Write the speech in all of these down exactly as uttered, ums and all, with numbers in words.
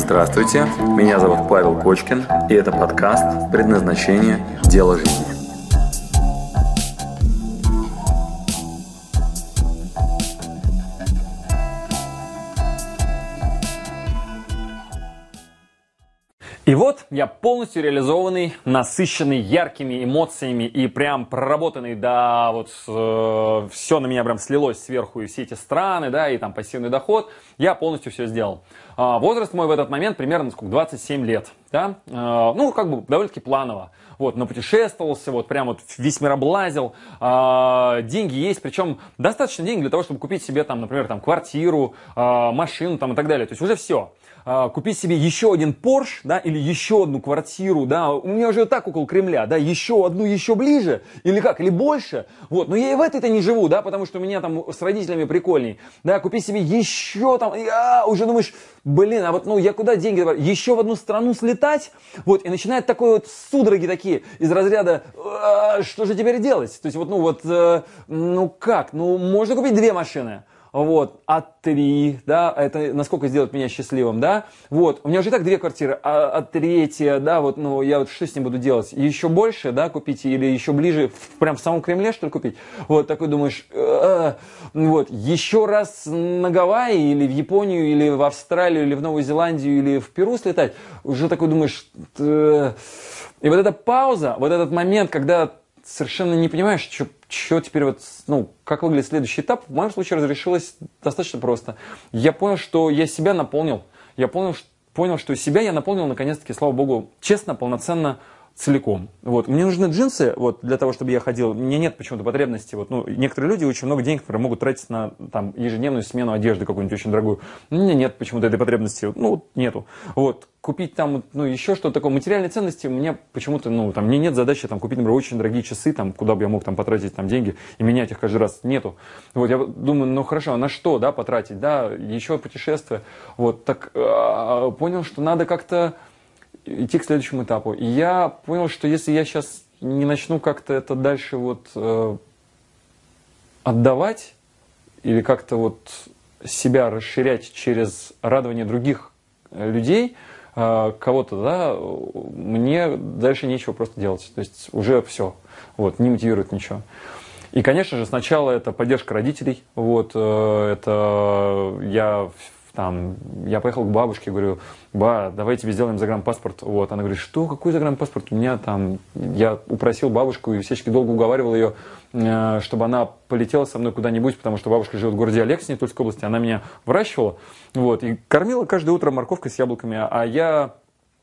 Здравствуйте, меня зовут Павел Кочкин, и это подкаст «Предназначение. Дело жизни». И вот я полностью реализованный, насыщенный яркими эмоциями и прям проработанный, да, вот э, все на меня прям слилось сверху, и все эти страны, да, и там пассивный доход, я полностью все сделал. А, возраст мой в этот момент примерно сколько, двадцать семь лет, да, а, ну, как бы довольно-таки планово. Вот, напутешествовался, вот прям вот весь мир облазил, а, деньги есть, причем достаточно денег для того, чтобы купить себе там, например, там квартиру, а, машину там и так далее, то есть уже все. Купить себе еще один Порш, да, или еще одну квартиру, да, у меня уже так около Кремля, да, еще одну еще ближе, или как, или больше, вот, но я и в этой-то не живу, да, потому что у меня там с родителями прикольней, да, купить себе еще там, а, уже думаешь, блин, а вот, ну, я куда деньги, еще в одну страну слетать, вот, и начинает такой вот судороги такие из разряда, а, что же теперь делать, то есть вот, ну, вот, э, ну, как, ну, можно купить две машины. Вот, а три, да, это насколько сделать меня счастливым, да, вот, у меня уже и так две квартиры, а, а третья, да, вот, ну, я вот что с ним буду делать, еще больше, да, купить, или еще ближе, в, прям в самом Кремле, что ли, купить, вот, такой думаешь, э, вот, еще раз на Гавайи, или в Японию, или в Австралию, или в Новую Зеландию, или в Перу слетать, уже такой думаешь, э, и вот эта пауза, вот этот момент, когда совершенно не понимаешь, что, что теперь вот, ну, как выглядит следующий этап, в моем случае разрешилось достаточно просто. Я понял, что я себя наполнил. Я понял, что, понял, что себя я наполнил, наконец-таки, слава богу, честно, полноценно, целиком. Вот. Мне нужны джинсы вот, для того, чтобы я ходил. У меня нет почему-то потребности. Вот, ну, некоторые люди очень много денег, которые могут тратить на там, ежедневную смену одежды какую-нибудь очень дорогую. У меня нет почему-то этой потребности. Ну, нету. Вот. Купить там, ну, еще что-то такое, материальной ценности, у меня почему-то, ну, там, мне нет задачи там, купить, например, очень дорогие часы, там, куда бы я мог там потратить там, деньги и менять их каждый раз. Нету. Вот, я думаю, ну, хорошо, а на что, да, потратить, да, еще путешествие. Вот, так э, понял, что надо как-то идти к следующему этапу. И я понял, что если я сейчас не начну как-то это дальше вот э, отдавать или как-то вот себя расширять через радование других людей, э, кого-то, да, мне дальше нечего просто делать. То есть уже все, вот, не мотивирует ничего. И, конечно же, сначала это поддержка родителей. Вот, э, это я... Там, я поехал к бабушке, говорю, ба, давай тебе сделаем загранпаспорт. Вот, она говорит, что, какой загранпаспорт? У меня там, я упросил бабушку и всячески долго уговаривал ее, э, чтобы она полетела со мной куда-нибудь, потому что бабушка живет в городе Алексине, Тульской области, она меня выращивала, вот, и кормила каждое утро морковкой с яблоками, а я...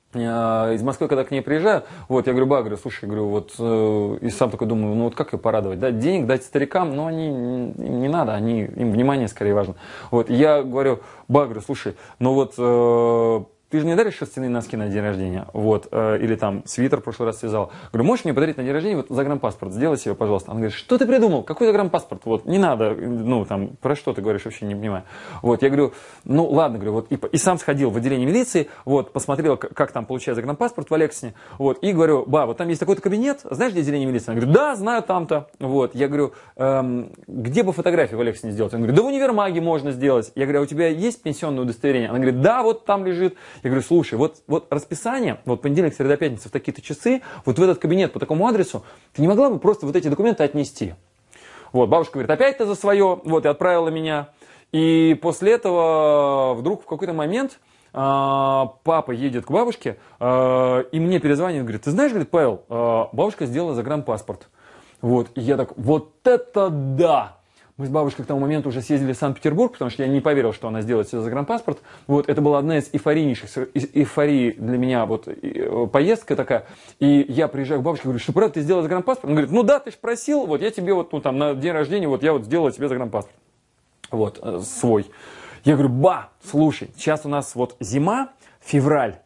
из Москвы, когда к ней приезжаю, вот, я говорю, ба, говорю, слушай, говорю, вот, э, и сам такой думаю, ну вот как ее порадовать, да, денег дать старикам, но они, им не надо, они, им внимание скорее важно. Вот, я говорю, ба, говорю, слушай, ну вот, э, ты же мне даришь шерстяные носки на день рождения, вот, э, или там свитер в прошлый раз связал. Говорю, можешь мне подарить на день рождения вот загранпаспорт, сделай себе, пожалуйста. Она говорит, что ты придумал, какой загранпаспорт, вот, не надо, ну, там, про что ты говоришь, вообще не понимаю. Вот, я говорю, ну, ладно, говорю, вот, и, и сам сходил в отделение милиции, вот, посмотрел, как, как там получать загранпаспорт в Алексине, вот, и говорю, ба, вот там есть такой-то кабинет, знаешь, где отделение милиции? Она говорит, да, знаю там-то, вот, я говорю, эм, где бы фотографию в Алексине сделать? Он говорит, да в универмаге можно сделать. Я говорю, а у тебя есть пенсионное удостоверение? Она говорит, да, вот там лежит. Я говорю, слушай, вот, вот расписание, вот понедельник, среда, пятница в такие-то часы, вот в этот кабинет по такому адресу, ты не могла бы просто вот эти документы отнести? Вот, бабушка говорит, опять ты за свое, вот, и отправила меня. И после этого вдруг в какой-то момент а, папа едет к бабушке, а, и мне перезванивает, говорит, ты знаешь, говорит, Павел, а, бабушка сделала загранпаспорт. Вот, и я так, вот это да! Мы с бабушкой к тому моменту уже съездили в Санкт-Петербург, потому что я не поверил, что она сделает себе загранпаспорт. Вот, это была одна из эйфорийнейших, из эйфории для меня вот, поездка такая. И я приезжаю к бабушке, говорю, что правда ты сделала загранпаспорт? Она говорит, ну да, ты же просил, вот я тебе вот, ну, там, на день рождения, вот я вот сделала тебе загранпаспорт. Вот, э, свой. Я говорю, ба, слушай, сейчас у нас вот зима, февраль.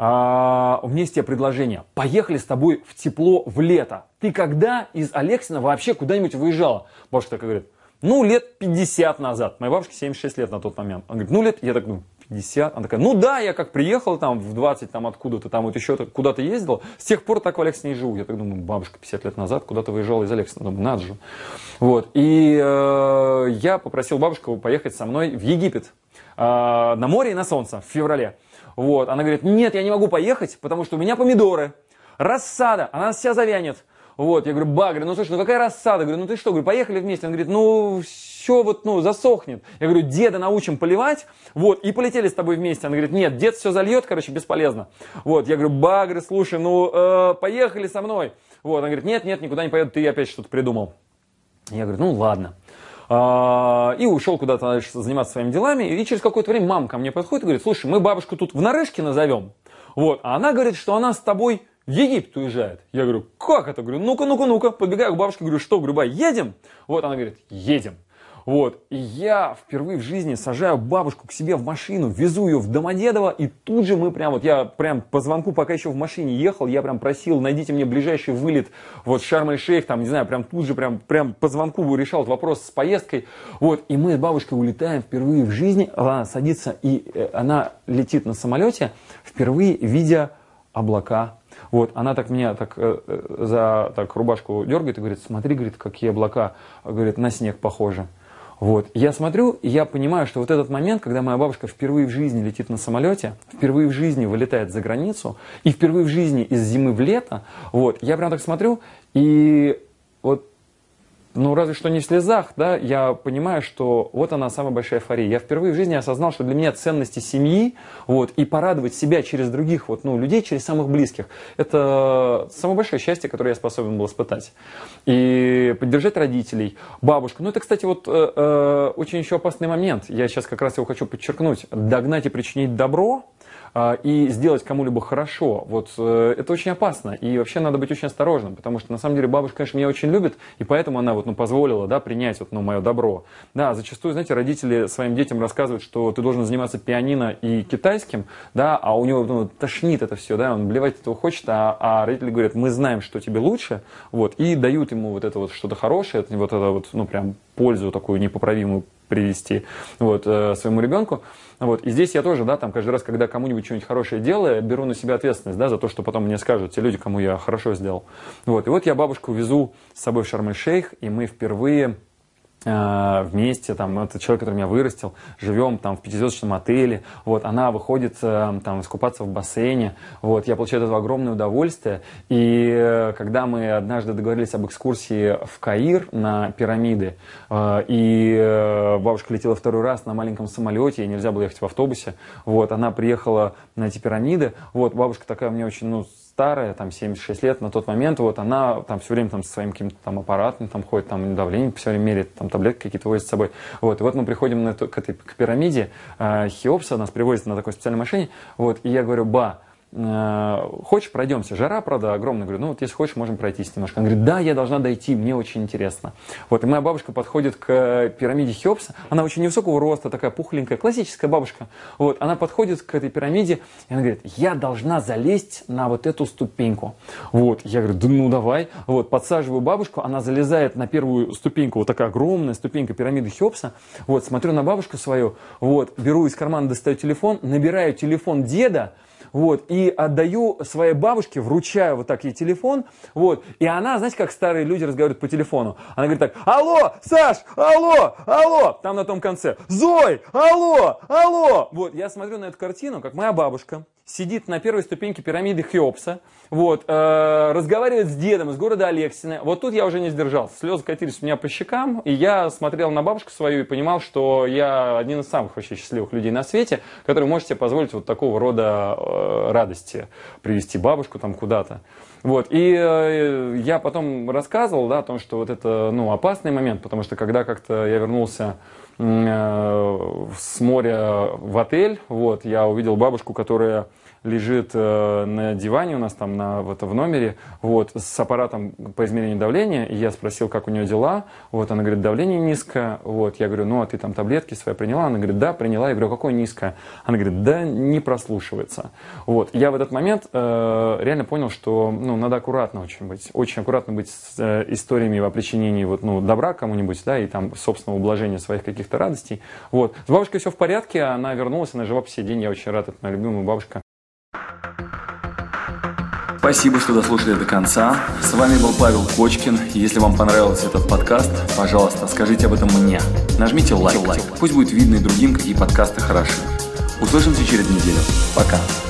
А, у меня есть тебе предложение. Поехали с тобой в тепло в лето. Ты когда из Алексина вообще куда-нибудь выезжала? Бабушка такая говорит, ну, лет пятьдесят назад. Моей бабушке семьдесят шесть лет на тот момент. Она говорит, ну, лет, я так, ну, пятьдесят. Она такая, ну да, я как приехал там в двадцать, там откуда-то, там вот еще куда-то ездил. С тех пор так в Алексине и живу. Я так думаю, бабушка пятьдесят лет назад куда-то выезжала из Алексина. Думаю, надо же. Вот. И э, я попросил бабушку поехать со мной в Египет. э, на море и на солнце в феврале. Вот, она говорит, нет, я не могу поехать, потому что у меня помидоры, рассада, она вся завянет. Вот, я говорю, ба, говорю, ну слушай, ну какая рассада? Говорю, ну ты что, говорю, поехали вместе. Он говорит, ну все вот, ну, засохнет. Я говорю, деда научим поливать, вот, и полетели с тобой вместе. Она говорит, нет, дед все зальет, короче, бесполезно. Вот, я говорю, ба, говорю, слушай, ну, э, поехали со мной. Вот, она говорит, нет, нет, никуда не поеду, ты опять что-то придумал. Я говорю, ну ладно. И ушел куда-то заниматься своими делами. И через какое-то время мама ко мне подходит и говорит, слушай, мы бабушку тут в нарышке назовем. Вот, а она говорит, что она с тобой в Египет уезжает. Я говорю, как это? Говорю, ну-ка, ну-ка, ну-ка. Подбегаю к бабушке, говорю, что, говорю, ба, едем? Вот, она говорит, едем. Вот, и я впервые в жизни сажаю бабушку к себе в машину, везу ее в Домодедово, и тут же мы прям, вот я прям по звонку, пока еще в машине ехал, я прям просил, найдите мне ближайший вылет, вот, Шарм-эль-Шейх, там, не знаю, прям тут же, прям, прям по звонку решал вопрос с поездкой, вот, и мы с бабушкой улетаем впервые в жизни, она садится, и она летит на самолете, впервые видя облака. Вот, она так меня так, э, за так, рубашку дергает и говорит, смотри, говорит, какие облака, говорит, на снег похожи. Вот, я смотрю, и я понимаю, что вот этот момент, когда моя бабушка впервые в жизни летит на самолете, впервые в жизни вылетает за границу, и впервые в жизни из зимы в лето, вот, я прям так смотрю, и вот, ну, разве что не в слезах, да, я понимаю, что вот она, самая большая эйфория. Я впервые в жизни осознал, что для меня ценности семьи, вот, и порадовать себя через других, вот, ну, людей, через самых близких, это самое большое счастье, которое я способен был испытать. И поддержать родителей, бабушку. Ну, это, кстати, вот, э, э, очень еще опасный момент. Я сейчас как раз его хочу подчеркнуть. Догнать и причинить добро, и сделать кому-либо хорошо, вот э, это очень опасно, и вообще надо быть очень осторожным, потому что на самом деле бабушка, конечно, меня очень любит, и поэтому она вот, ну, позволила, да, принять вот, ну, мое добро. Да, зачастую, знаете, родители своим детям рассказывают, что ты должен заниматься пианино и китайским, да, а у него, ну, тошнит это все, да, он блевать этого хочет, а, а родители говорят, мы знаем, что тебе лучше, вот, и дают ему вот это вот что-то хорошее, вот это вот, ну, прям пользу такую непоправимую привести, вот, э, своему ребенку. Вот. И здесь я тоже, да, там каждый раз, когда кому-нибудь что-нибудь хорошее делаю, беру на себя ответственность, да, за то, что потом мне скажут те люди, кому я хорошо сделал. Вот. И вот я бабушку везу с собой в Шарм-эль-Шейх, и мы впервые э, вместе, там, это человек, который меня вырастил, живем там в пятизвездочном отеле, вот, она выходит э, там искупаться в бассейне, вот, я получаю от этого огромное удовольствие, и э, когда мы однажды договорились об экскурсии в Каир на пирамиды, э, и э, бабушка летела второй раз на маленьком самолете, ей нельзя было ехать в автобусе, вот, она приехала на эти пирамиды, вот, бабушка такая мне очень, ну, старая, там, семьдесят шесть лет на тот момент, вот, она там все время там со своим каким-то там аппаратом там ходит, там, давление все время меряет, там, таблетки какие-то возит с собой, вот, и вот мы приходим на эту, к этой к пирамиде, э, Хеопса нас привозит на такой специальной машине, вот, и я говорю, ба, хочешь, пройдемся? Жара, правда, огромная. Говорю, ну вот если хочешь, можем пройтись немножко. Она говорит, да, я должна дойти, мне очень интересно. Вот, и моя бабушка подходит к пирамиде Хеопса. Она очень невысокого роста, такая пухленькая, классическая бабушка. Вот, она подходит к этой пирамиде, и она говорит, я должна залезть на вот эту ступеньку. Вот, я говорю, да ну давай. Вот, подсаживаю бабушку, она залезает на первую ступеньку, вот такая огромная ступенька пирамиды Хеопса. Вот, смотрю на бабушку свою, вот, беру из кармана, достаю телефон, набираю телефон деда, вот, и отдаю своей бабушке, вручаю вот так ей телефон, вот, и она, знаете, как старые люди разговаривают по телефону, она говорит так, алло, Саш, алло, алло, там на том конце, Зой, алло, алло, вот, я смотрю на эту картину, как моя бабушка сидит на первой ступеньке пирамиды Хеопса, вот, э, разговаривает с дедом из города Алексина. Вот тут я уже не сдержался. Слезы катились у меня по щекам, и я смотрел на бабушку свою и понимал, что я один из самых вообще счастливых людей на свете, который может себе позволить вот такого рода э, радости привести бабушку там куда-то. Вот, и э, я потом рассказывал, да, о том, что вот это, ну, опасный момент, потому что когда как-то я вернулся э, с моря в отель, вот, я увидел бабушку, которая лежит э, на диване у нас там на, вот, в номере, вот, с аппаратом по измерению давления, и я спросил, как у нее дела, вот, она говорит, давление низкое, вот, я говорю, ну, а ты там таблетки свои приняла? Она говорит, да, приняла, я говорю, какое низкое? Она говорит, да, не прослушивается, вот, я в этот момент э, реально понял, что, ну, надо аккуратно очень быть, очень аккуратно быть с э, историями о причинении, вот, ну, добра кому-нибудь, да, и там собственного ублажения своих каких-то радостей, вот, с бабушкой все в порядке, она вернулась, она жива по сей день, я очень рад, это моя любимая бабушка. Спасибо, что дослушали до конца. С вами был Павел Кочкин. Если вам понравился этот подкаст, пожалуйста, скажите об этом мне. Нажмите лайк. Пусть будет видно и другим, какие подкасты хороши. Услышимся через неделю. Пока.